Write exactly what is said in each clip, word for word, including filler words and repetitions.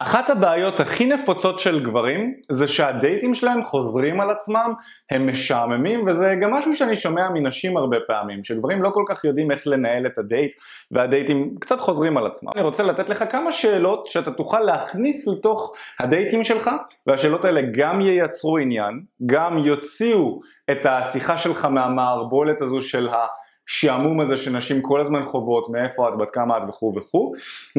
אחת הבעיות הכי נפוצות של גברים זה שהדייטים שלהם חוזרים על עצמם, הם משעממים, וזה גם משהו שאני שומע מנשים הרבה פעמים, שגברים לא כל כך יודעים איך לנהל את הדייט, והדייטים קצת חוזרים על עצמם. אני רוצה לתת לך כמה שאלות שאתה תוכל להכניס לתוך הדייטים שלך, והשאלות האלה גם ייצרו עניין, גם יוציאו את השיחה שלך מהמערבולת הזו של ה... שעמום הזה שנשים כל הזמן חוות, מאיפה את, בת כמה את וכו' וכו',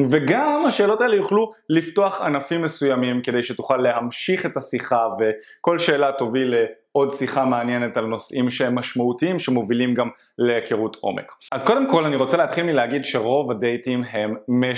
וגם השאלות האלה יוכלו לפתוח ענפים מסוימים כדי שתוכל להמשיך את השיחה, וכל שאלה תוביל לעוד שיחה מעניינת על נושאים שהם משמעותיים שמובילים גם להיכרות עומק. אז קודם כל אני רוצה להתחיל מלהגיד שרוב הדייטים הם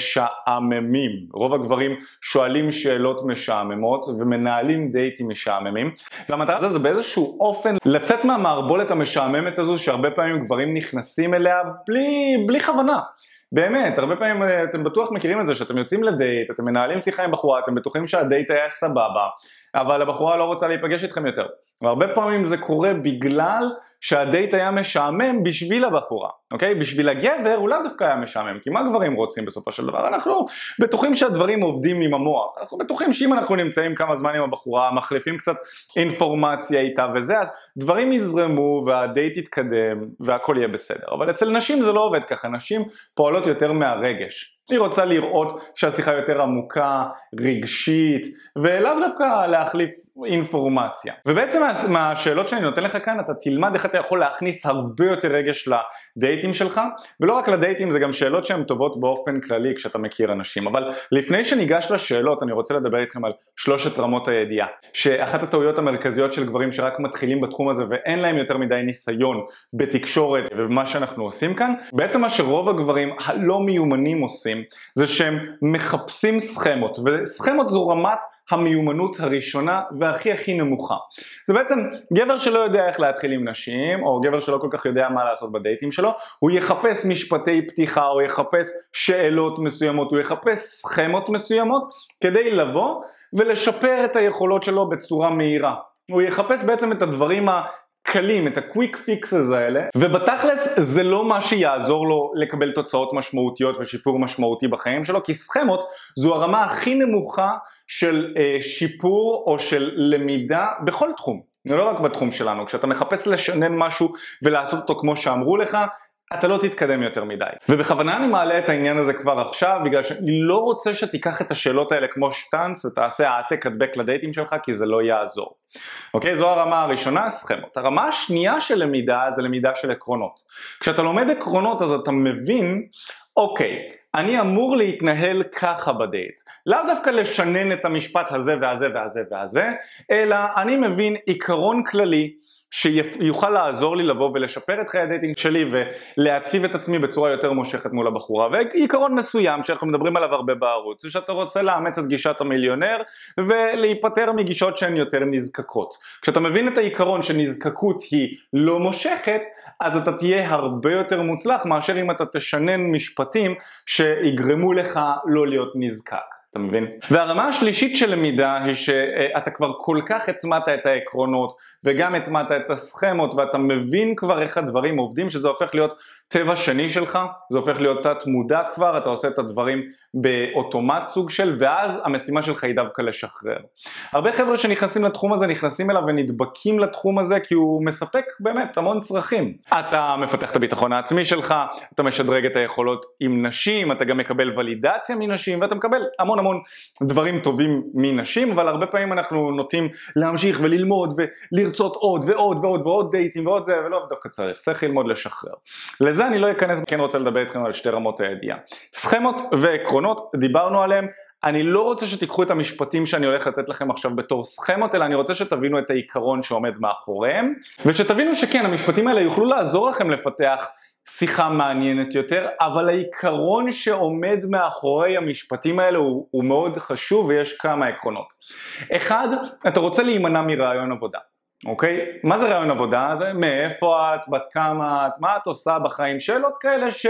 משעממים. רוב הגברים שואלים שאלות משעממות ומנהלים דייטים משעממים, והמטרה הזה זה באיזשהו אופן לצאת מהמערבולת המשעממת הזו שהרבה פעמים גברים נכנסים אליה בלי, בלי כוונה. באמת, הרבה פעמים אתם בטוח מכירים את זה שאתם יוצאים לדייט, אתם מנהלים שיחה עם בחורה, אתם בטוחים שהדייט היה סבבה, אבל הבחורה לא רוצה להיפגש איתכם יותר. והרבה פעמים זה קורה בגלל שהדייט היה משעמם בשביל הבחורה, אוקיי? בשביל הגבר הוא לא דווקא היה משעמם, כי מה גברים רוצים בסופו של דבר? אנחנו בטוחים שהדברים עובדים עם המוח, אנחנו בטוחים שאם אנחנו נמצאים כמה זמן עם הבחורה, מחליפים קצת אינפורמציה איתה וזה, אז דברים יזרמו והדייט יתקדם והכל יהיה בסדר. אבל אצל נשים זה לא עובד ככה, נשים פועלות יותר מהרגש. היא רוצה לראות שהשיחה יותר עמוקה, רגשית, ולאו דווקא להחליף אינפורמציה. ובעצם מהשאלות שאני נותן לך כאן, אתה תלמד איך אתה יכול להכניס הרבה יותר רגש לדייטים שלך, ולא רק לדייטים, זה גם שאלות שהן טובות באופן כללי כשאתה מכיר אנשים. אבל לפני שניגש לשאלות, אני רוצה לדבר איתכם על שלושת רמות הידיעה, שאחת הטעויות המרכזיות של גברים שרק מתחילים בתחום הזה ואין להם יותר מדי ניסיון בתקשורת ובמה שאנחנו עושים כאן, בעצם מה שרוב הגברים הלא מיומנים עושים, זה שהם מחפשים סכמות, וסכמות זו רמת המיומנות הראשונה והכי הכי נמוכה. זה בעצם גבר שלא יודע איך להתחיל עם נשים, או גבר שלא כל כך יודע מה לעשות בדייטים שלו, הוא יחפש משפטי פתיחה, הוא יחפש שאלות מסוימות, הוא יחפש סכמות מסוימות, כדי לבוא ולשפר את היכולות שלו בצורה מהירה. הוא יחפש בעצם את הדברים ה... קלים, את הקוויק פיקסס האלה, ובתכלס זה לא מה שיעזור לו לקבל תוצאות משמעותיות ושיפור משמעותי בחיים שלו, כי סכמות זו הרמה הכי נמוכה של אה, שיפור או של למידה בכל תחום, לא רק בתחום שלנו. כשאתה מחפש לשנן משהו ולעשות אותו כמו שאמרו לך, אתה לא תתקדם יותר מדי. ובכוונה אני מעלה את העניין הזה כבר עכשיו, בגלל שאני לא רוצה שתיקח את השאלות האלה כמו שטנץ, ותעשה העתק הדבק לדייטים שלך, כי זה לא יעזור. אוקיי? זו הרמה הראשונה, סכמות. הרמה השנייה של למידה זה למידה של עקרונות. כשאתה לומד עקרונות אז אתה מבין, אוקיי, אני אמור להתנהל ככה בדייט. לאו דווקא לשנן את המשפט הזה והזה והזה והזה, אלא אני מבין עיקרון כללי, שיוכל לעזור לי לבוא ולשפר את חיי הדייטינג שלי ולהציב את עצמי בצורה יותר מושכת מול הבחורה. ועיקרון מסוים שאנחנו מדברים עליו הרבה בערוץ, זה שאתה רוצה לאמץ את גישת המיליונר ולהיפטר מגישות שהן יותר נזקקות. כשאתה מבין את העיקרון שנזקקות היא לא מושכת, אז אתה תהיה הרבה יותר מוצלח מאשר אם אתה תשנן משפטים שיגרמו לך לא להיות נזקק. אתה מבין? והרמה השלישית של למידה היא שאתה כבר כל כך התמדת את העקרונות וגם התמדת את הסכמות ואתה מבין כבר איך הדברים עובדים, שזה הופך להיות טבע שני שלך, זה הופך להיות תת מודע כבר, אתה עושה את הדברים באוטומט סוג של, ואז המשימה שלך היא דווקא לשחרר. הרבה חבר'ה שנכנסים לתחום הזה נכנסים אליו ונדבקים לתחום הזה כי הוא מספק באמת המון צרכים. אתה מפתח את הביטחון העצמי שלך, אתה משדרג את היכולות עם נשים, אתה גם מקבל ולידציה מנשים ואתה מקבל המון המון דברים טובים מנשים, אבל הרבה פעמים אנחנו נוטים להמשיך וללמוד ולרצות עוד ועוד ועוד ועוד דייטים ועוד זה, ולא דווקא צריך, צריך ללמוד לשחרר. לזה אני לא אכנס, כן רוצה לדבר איתכם על שתי רמות הידיעה. סכמות ועקרונות, דיברנו עליהם. אני לא רוצה שתיקחו את המשפטים שאני הולך לתת לכם עכשיו בתור סכמות, אלא אני רוצה שתבינו את העיקרון שעומד מאחוריהם, ושתבינו שכן, המשפטים האלה יוכלו לעזור לכם לפתח שיחה מעניינת יותר, אבל העיקרון שעומד מאחורי המשפטים האלה הוא, הוא מאוד חשוב, ויש כמה עקרונות. אחד, אתה רוצה להימנע מרעיון עבודה. אוקיי? מה זה רעיון עבודה? זה מאיפה את, בת כמה את, מה את עושה בחיים? שאלות כאלה של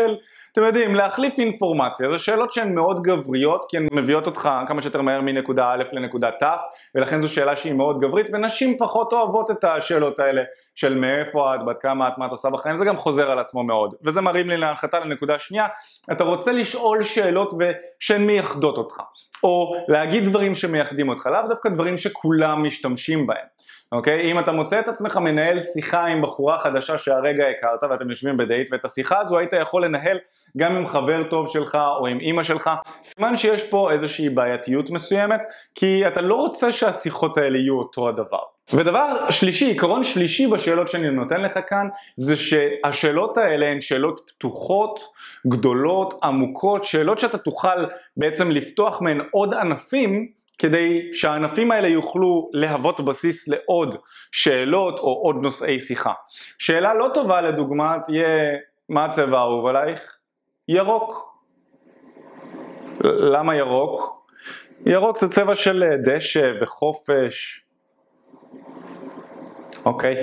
אתם יודעים, להחליף אינפורמציה. זה שאלות שהן מאוד גבריות, כי הן מביאות אותך כמה שיותר מהר מנקודה א' לנקודה ת', ולכן זו שאלה שהיא מאוד גברית, ונשים פחות אוהבות את השאלות האלה של מאיפה את, בת כמה את, מה את עושה בחיים, זה גם חוזר על עצמו מאוד. וזה מרים לי להנחתה לנקודה שנייה, אתה רוצה לשאול שאלות שהן מייחדות אותך, או להגיד דברים שמייחדים אותך, לאו דווקא דברים שכולם משתמשים בהם. אוקיי? אם אתה מוצא את עצמך מנהל שיחה עם בחורה חדשה שהרגע הכרת ואתם יושבים בדייט, ואת השיחה הזו היית יכול לנהל גם עם חבר טוב שלך או עם אמא שלך, סימן שיש פה איזושהי בעייתיות מסוימת, כי אתה לא רוצה שהשיחות האלה יהיו אותו הדבר. ודבר שלישי, עיקרון שלישי בשאלות שאני נותן לך כאן, זה שהשאלות האלה הן שאלות פתוחות, גדולות, עמוקות, שאלות שאתה תוכל בעצם לפתוח מהן עוד ענפים, כדי שהענפים האלה יוכלו להוות בסיס לעוד שאלות או עוד נושאי שיחה. שאלה לא טובה לדוגמה תהיה, מה הצבע האהוב עלייך? ירוק. למה ירוק? ירוק זה צבע של דשא וחופש. אוקיי.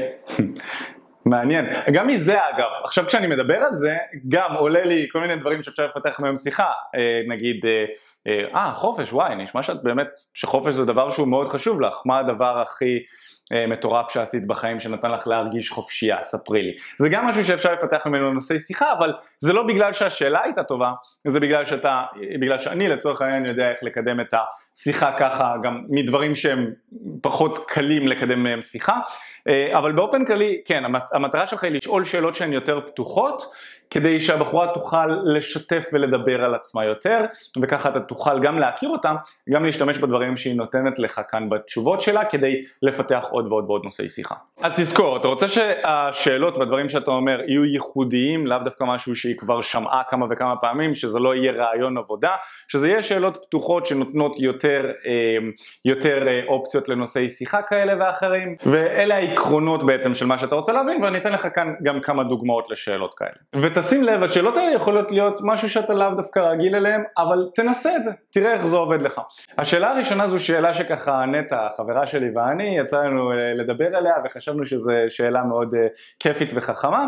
מעניין. גם מזה אגב, עכשיו כשאני מדבר על זה, גם עולה לי כל מיני דברים שאפשר לפתח מהם שיחה, נגיד, אה, חופש, וואי, נשמע שאת באמת, שחופש זה דבר שהוא מאוד חשוב לך, מה הדבר הכי מטורף שעשית בחיים שנתן לך להרגיש חופשייה, ספרי לי. זה גם משהו שאפשר לפתח ממנו נושאי שיחה, אבל זה לא בגלל שהשאלה הייתה טובה, זה בגלל שאתה, בגלל שאני לצורך העניין יודע איך לקדם את השיחה ככה, גם מדברים שהם פחות קלים לקדם מהם שיחה, אבל באופן כללי, כן, המטרה שלך היא לשאול שאלות שהן יותר פתוחות, כדי שהבחורה תוכל לשתף ולדבר על עצמה יותר, וככה אתה תוכל גם להכיר אותה, גם להשתמש בדברים שהיא נותנת לך כאן בתשובות שלה, כדי לפתח עוד ועוד ועוד נושאי שיחה. אז תזכור, אתה רוצה שהשאלות והדברים שאתה אומר יהיו ייחודיים, לאו דווקא משהו שהיא כבר שמעה כמה וכמה פעמים, שזה לא יהיה רעיון עבודה, שזה יהיה שאלות פתוחות שנותנות יותר, יותר אופציות לנושאי שיחה כאלה ואחרים, ואלה העקרונות בעצם של מה שאתה רוצה להבין, ואני אתן לך כאן גם כמה דוגמאות לשאלות כאלה. ותשים לב, השאלות האלה יכולות להיות משהו שאתה לאו דווקא רגיל אליהם, אבל תנסה את זה, תראה איך זה עובד לך. השאלה הראשונה זו שאלה שככה נטע, חברה שלי ואני, יצא לנו לדבר עליה וחשבנו שזו שאלה מאוד כיפית וחכמה,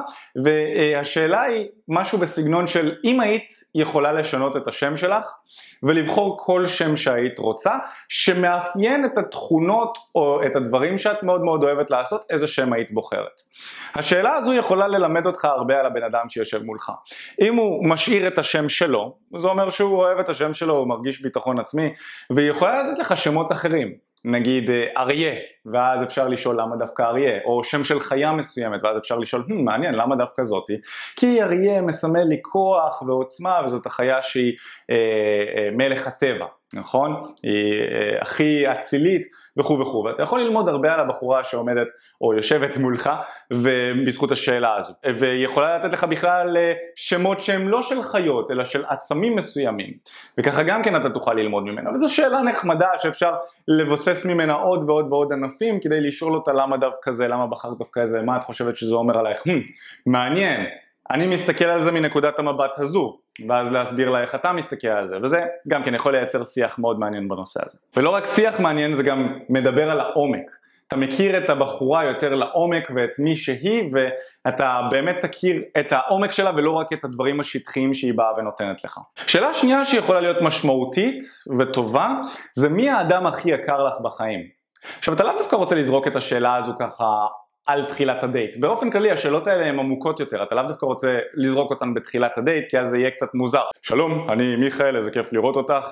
והשאלה היא משהו בסגנון של אם היית יכולה לשנות את השם שלך, ולבחור כל שם שהיית רוצה, שמאפיין את התכונות או את הדברים שאת מאוד מאוד אוהבת לעשות, איזה שם היית בוחרת. השאלה הזו יכולה ללמד אותך הרבה על הבן אדם שיושב מולך. אם הוא משאיר את השם שלו, זה אומר שהוא אוהב את השם שלו, הוא מרגיש ביטחון עצמי, והיא יכולה לתת לך שמות אחרים. נגיד אריה, ואז אפשר לשאול למה דווקא אריה, או שם של חיה מסוימת, ואז אפשר לשאול, hmm, מעניין, למה דווקא זאתי? כי אריה מסמל לי כוח ועוצמה, וזאת החיה שהיא אה, אה, מלך הטבע, נכון? היא אה, הכי אצילית וכו' וכו'. ואתה יכול ללמוד הרבה על הבחורה שעומדת או יושבת מולך, ובזכות השאלה הזו. והיא יכולה לתת לך בכלל שמות שהם לא של חיות, אלא של עצמים מסוימים. וככה גם כן אתה תוכל ללמוד ממנה. וזו שאלה נחמדה שאפשר לבסס ממנה עוד ועוד ועוד ענפים, כדי לשאול אותה למה דווקא זה, למה בחרת דווקא זה, מה את חושבת שזה אומר עלייך? Hmm, מעניין. אני מסתכל על זה מנקודת המבט הזו, ואז להסביר לה איך אתה מסתכל על זה, וזה גם כן יכול לייצר שיח מאוד מעניין בנושא הזה. ולא רק שיח מעניין, זה גם מדבר על העומק. אתה מכיר את הבחורה יותר לעומק ואת מי שהיא, ואתה באמת תכיר את העומק שלה ולא רק את הדברים השטחיים שהיא באה ונותנת לך. שאלה שנייה שיכולה להיות משמעותית וטובה, זה מי האדם הכי יקר לך בחיים. עכשיו אתה לאו דווקא רוצה לזרוק את השאלה הזו ככה על תחילת הדייט. באופן כללי השאלות האלה הן עמוקות יותר, אתה לאו דווקא רוצה לזרוק אותן בתחילת הדייט, כי אז זה יהיה קצת מוזר. שלום, אני מיכאל, איזה כיף לראות אותך.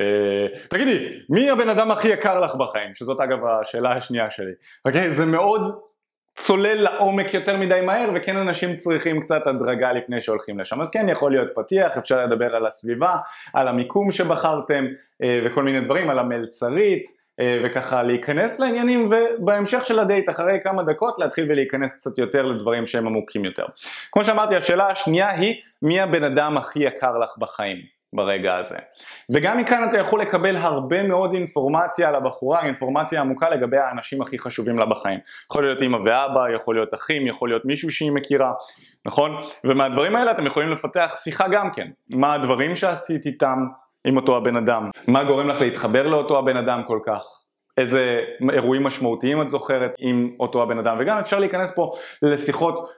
Uh, תגידי, מי הבן אדם הכי יקר לך בחיים? שזאת אגב השאלה השנייה שלי. אוקיי, זה מאוד צולל לעומק יותר מדי מהר, וכן אנשים צריכים קצת הדרגה לפני שהולכים לשם. אז כן, יכול להיות פתיח, אפשר לדבר על הסביבה, על המיקום שבחרתם, uh, וכל מיני דברים, על המלצרית, uh, וככה להיכנס לעניינים, ובהמשך של הדייט, אחרי כמה דקות, להתחיל ולהיכנס קצת יותר לדברים שהם עמוקים יותר. כמו שאמרתי, השאלה השנייה היא, מי הבן אדם הכי יקר לך בחיים? ברגע הזה. וגם מכאן אתה יכול לקבל הרבה מאוד אינפורמציה על הבחורה, אינפורמציה עמוקה לגבי האנשים הכי חשובים לה בחיים. יכול להיות אמא ואבא, יכול להיות אחים, יכול להיות מישהו שהיא מכירה, נכון? ומהדברים האלה אתם יכולים לפתח שיחה גם כן. מה הדברים שעשית איתם עם אותו הבן אדם? מה גורם לך להתחבר לאותו הבן אדם כל כך? איזה אירועים משמעותיים את זוכרת עם אותו הבן אדם, וגם אפשר להיכנס פה לשיחות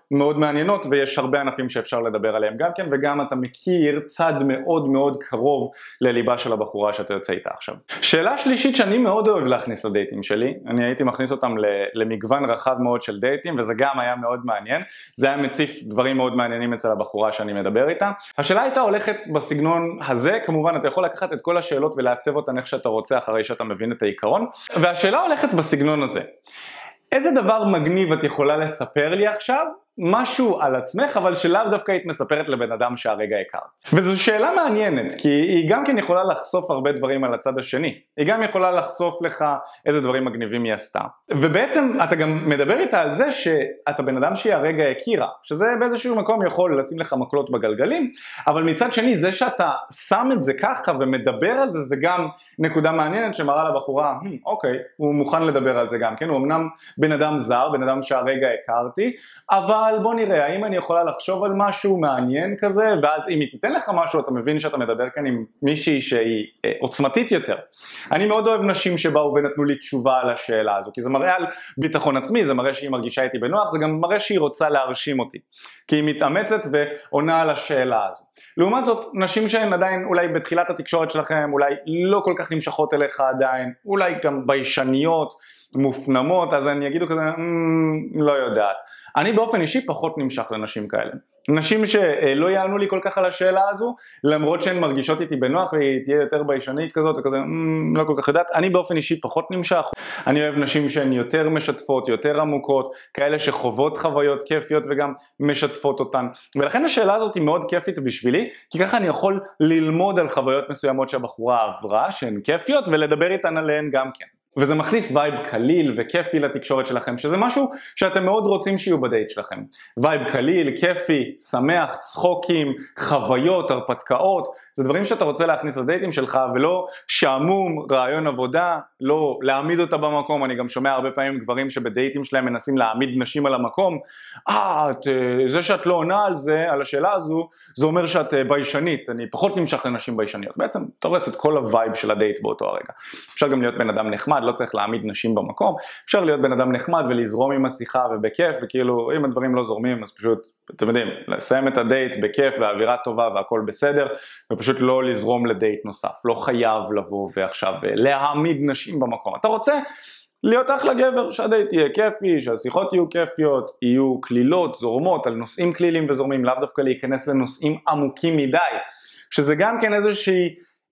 מאוד מעניינות ויש הרבה ענפים שאפשר לדבר עליהם גם כן, וגם אתה מכיר צד מאוד מאוד קרוב לליבה של הבחורה שאתה יוצא איתה עכשיו. שאלה שלישית שאני מאוד אוהב להכניס לדייטים שלי, אני הייתי מכניס אותם למגוון רחב מאוד של דייטים וזה גם היה מאוד מעניין, זה היה מציף דברים מאוד מעניינים אצל הבחורה שאני מדבר איתה. השאלה הייתה הולכת בסגנון הזה, כמובן אתה יכול לקחת את כל השאלות ולעצב אותן איך שאתה רוצה אחרי שאתה מבין את העיקרון, והשאלה הולכת בסגנון הזה. איזה דבר מגניב את יכולה לספר לי עכשיו? משהו על עצמך, אבל שלאו דווקא היית מספרת לבן אדם שהרגע הכרת. וזו שאלה מעניינת, כי היא גם כן יכולה לחשוף הרבה דברים על הצד השני. היא גם יכולה לחשוף לך איזה דברים מגניבים היא עשתה. ובעצם אתה גם מדבר איתה על זה שאתה בן אדם שהיא הרגע הכירה, שזה באיזשהו מקום יכול לשים לך מקלות בגלגלים, אבל מצד שני זה שאתה שם את זה ככה ומדבר על זה, זה גם נקודה מעניינת שמראה לבחורה, hmm, אוקיי, הוא מוכן לדבר על זה גם כן, הוא אמנם בן אדם זר, בן אדם שהרגע הכרתי, אבל אבל בוא נראה, האם אני יכולה לחשוב על משהו מעניין כזה, ואז אם היא תיתן לך משהו, אתה מבין שאתה מדבר כאן עם מישהי שהיא אה, עוצמתית יותר. אני מאוד אוהב נשים שבאו ונתנו לי תשובה על השאלה הזו, כי זה מראה על ביטחון עצמי, זה מראה שהיא מרגישה איתי בנוח, זה גם מראה שהיא רוצה להרשים אותי, כי היא מתאמצת ועונה על השאלה הזו. לעומת זאת, נשים שהן עדיין אולי בתחילת התקשורת שלכם, אולי לא כל כך נמשכות אליך עדיין, אולי גם ביישניות, מופנמות, אז אני אגידו כזה, מ- לא יודעת. אני באופן אישי פחות נמשך לנשים כאלה. נשים שלא יענו לי כל כך על השאלה הזו, למרות שהן מרגישות איתי בנוח והיא תהיה יותר ביישנית כזאת, וכזה, לא כל כך יודעת, אני באופן אישי פחות נמשך. אני אוהב נשים שהן יותר משתפות, יותר עמוקות, כאלה שחוות חוויות כיפיות וגם משתפות אותן. ולכן השאלה הזאת היא מאוד כיפית בשבילי, כי ככה אני יכול ללמוד על חוויות מסוימות שהבחורה עברה, שהן כיפיות, ולדבר איתן עליהן גם כן. וזה מכניס וייב קליל וכיפי לתקשורת שלכם, שזה משהו שאתם מאוד רוצים שיהיו בדייט שלכם. וייב קליל, כיפי, שמח, צחוקים, חוויות, הרפתקאות, זה דברים שאתה רוצה להכניס לדייטים שלך, ולא שעמום, רעיון עבודה, לא להעמיד אותה במקום. אני גם שומע הרבה פעמים גברים שבדייטים שלהם מנסים להעמיד נשים על המקום. אה, את, זה שאת לא עונה על זה, על השאלה הזו, זה אומר שאת ביישנית, אני פחות נמשך לנשים ביישניות. בעצם תורס את כל הווייב של הדייט באותו הרגע. אפשר גם להיות בן אדם נחמד, לא צריך להעמיד נשים במקום, אפשר להיות בן אדם נחמד ולזרום עם השיחה ובכיף, וכאילו אם הדברים לא זורמים אז פשוט, אתם יודעים, לסיים את הדייט בכיף והאווירה טובה והכל בסדר, ופשוט לא לזרום לדייט נוסף, לא חייב לבוא ועכשיו להעמיד נשים במקום. אתה רוצה להיות אחלה גבר, שהדייט יהיה כיפי, שהשיחות יהיו כיפיות, יהיו כלילות, זורמות, על נושאים כלילים וזורמים, לאו דווקא להיכנס לנושאים עמוקים מדי, שזה גם כן איזושהי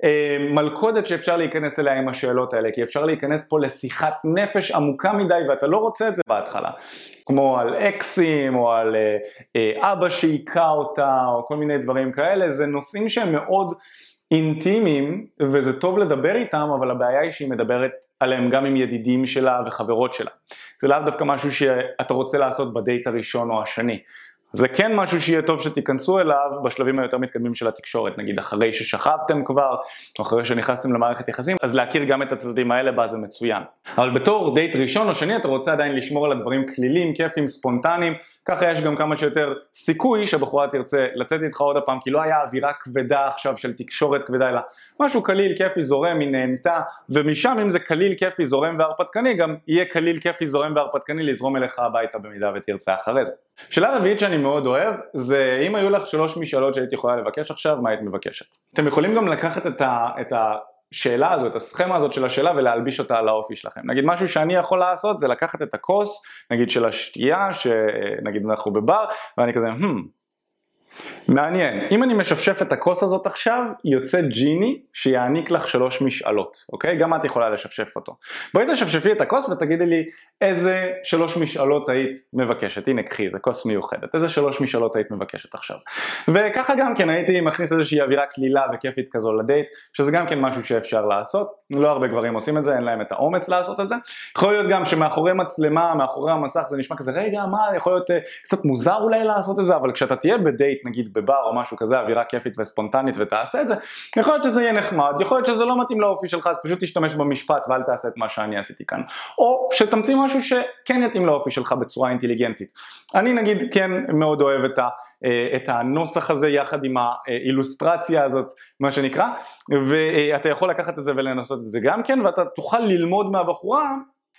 מלכודת שאפשר להיכנס אליה עם השאלות האלה, כי אפשר להיכנס פה לשיחת נפש עמוקה מדי ואתה לא רוצה את זה בהתחלה, כמו על אקסים או על אבא שהיכה אותה או כל מיני דברים כאלה. זה נושאים שהם מאוד אינטימיים וזה טוב לדבר איתם, אבל הבעיה היא שהיא מדברת עליהם גם עם ידידים שלה וחברות שלה. זה לאו דווקא משהו שאתה רוצה לעשות בדייט הראשון או השני. זה כן משהו שיהיה טוב שתיכנסו אליו בשלבים היותר מתקדמים של התקשורת, נגיד אחרי ששכבתם כבר, או אחרי שנכנסתם למערכת יחסים, אז להכיר גם את הצדדים האלה בה זה מצוין. אבל בתור דייט ראשון או שני אתה רוצה עדיין לשמור על הדברים כלילים, כיפים, ספונטניים, ככה יש גם כמה שיותר סיכוי שהבחורה תרצה לצאת איתך עוד הפעם, כי לא היה אווירה כבדה עכשיו של תקשורת כבדה, אלא משהו קליל, כיפי, זורם, היא נהנתה, ומשם אם זה קליל, כיפי, זורם והרפתקני, גם יהיה קליל, כיפי, זורם והרפתקני לזרום אליך הביתה במידה ותרצה אחרי זה. שאלה רביעית שאני מאוד אוהב, זה אם היו לך שלוש משאלות שהיית יכולה לבקש עכשיו, מה היית מבקשת? אתם יכולים גם לקחת את ה... את ה השאלה הזו, את הסכמה הזאת של השאלה ולהלביש אותה על האופי שלכם. נגיד משהו שאני יכול לעשות זה לקחת את הכוס, נגיד של השתייה, שנגיד אנחנו בבר, ואני כזה, hmm, מעניין, אם אני משפשף את הכוס הזאת עכשיו, יוצא ג'יני שיעניק לך שלוש משאלות, אוקיי? גם את יכולה לשפשף אותו. בואי תשפשפי את הכוס ותגידי לי איזה שלוש משאלות היית מבקשת. הנה קחי, זה כוס מיוחדת. איזה שלוש משאלות היית מבקשת עכשיו. וככה גם כן הייתי מכניס איזושהי אווירה כלילה וכיפית כזו לדייט, שזה גם כן משהו שאפשר לעשות. לא הרבה גברים עושים את זה, אין להם את האומץ לעשות את זה. יכול להיות גם שמאחורי מצלמה, מאחורי המסך, זה נשמע כזה, רגע, מה, יכול להיות קצת מוזר אולי לעשות את זה, אבל כשאתה תהיה בדייט, נגיד בבר או משהו כזה, אווירה כיפית וספונטנית ותעשה את זה, יכול להיות שזה יהיה נחמד, יכול להיות שזה לא מתאים לאופי שלך, אז פשוט תשתמש במשפט ואל תעשה את מה שאני עשיתי כאן. או שתמציא משהו שכן יתאים לאופי שלך בצורה אינטליגנטית. אני נגיד כן מאוד אוהב את ה... את הנוסח הזה יחד עם האילוסטרציה הזאת, מה שנקרא, ואתה יכול לקחת את זה ולנסות את זה גם כן, ואתה תוכל ללמוד מהבחורה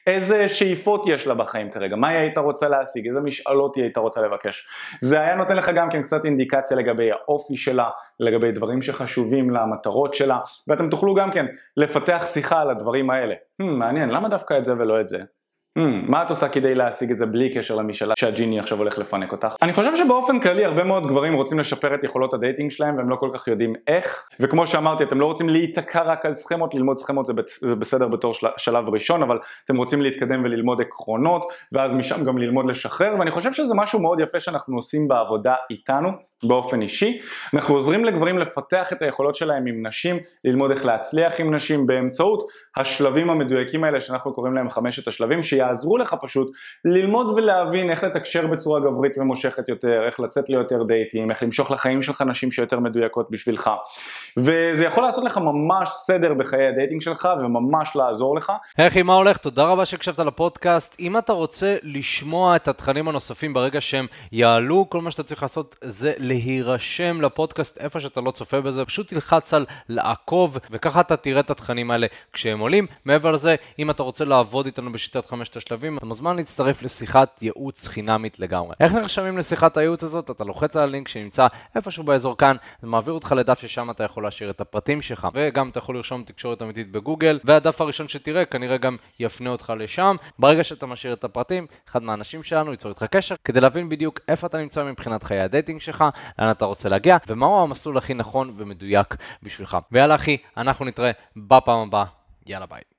איזה שאיפות יש לה בחיים כרגע, מה היא הייתה רוצה להשיג, איזה משאלות היא הייתה רוצה לבקש. זה היה נותן לך גם כן קצת אינדיקציה לגבי האופי שלה, לגבי דברים שחשובים לה, המטרות שלה, ואתם תוכלו גם כן לפתח שיחה על הדברים האלה. Hmm, מעניין, למה דווקא את זה ולא את זה? Hmm, מה את עושה כדי להשיג את זה בלי קשר למשאלה שהג'יני עכשיו הולך לפנק אותך? אני חושב שבאופן כללי הרבה מאוד גברים רוצים לשפר את יכולות הדייטינג שלהם והם לא כל כך יודעים איך, וכמו שאמרתי אתם לא רוצים להיתקע רק על סכמות, ללמוד סכמות זה, זה בסדר בתור של, שלב ראשון, אבל אתם רוצים להתקדם וללמוד עקרונות ואז משם גם ללמוד לשחרר, ואני חושב שזה משהו מאוד יפה שאנחנו עושים בעבודה איתנו באופן אישי. אנחנו עוזרים לגברים לפתח את היכולות שלהם עם נשים, ללמוד איך להצליח עם נשים באמצעות השלבים המדויקים האלה שאנחנו קוראים להם חמשת השלבים, שיעזרו לך פשוט ללמוד ולהבין איך לתקשר בצורה גברית ומושכת יותר, איך לצאת ליותר דייטים, איך למשוך לחיים שלך נשים שיותר מדויקות בשבילך, וזה יכול לעשות לך ממש סדר בחיי הדייטינג שלך וממש לעזור לך. היי, מה הולך? תודה רבה שהקשבת לפודקאסט. אם אתה רוצה לשמוע את התכנים הנוספים ברגע שהם יעלו, כל מה שאתה צריך לעשות זה להירשם לפודקאסט איפה שאתה לא צופה בזה, פשוט תלחץ על לעקוב וככה אתה תראה את התכנים האלה כשהם עולים. מעבר לזה, אם אתה רוצה לעבוד איתנו בשיטת חמשת השלבים, אתה מוזמן להצטרף לשיחת ייעוץ חינמית לגמרי. איך נרשמים לשיחת הייעוץ הזאת? אתה לוחץ על הלינק שנמצא איפשהו באזור כאן, זה מעביר אותך לדף ששם אתה יכול להשאיר את הפרטים שלך, וגם אתה יכול לרשום תקשורת אמיתית בגוגל, והדף הראשון שתראה כנראה גם יפנה אותך לשם. ברגע שאתה משאיר את הפרטים, אחד מהאנשים שלנו ייצור איתך קשר כדי להבין בדיוק איפה אתה נמצא מבחינת חיי הדייטינג שלך, לאן אתה רוצה להגיע, ומהו המסלול הכי נכון ומדויק בשבילך. ויאללה אחי, אנחנו נתראה בפעם הבאה. יאללה ביי.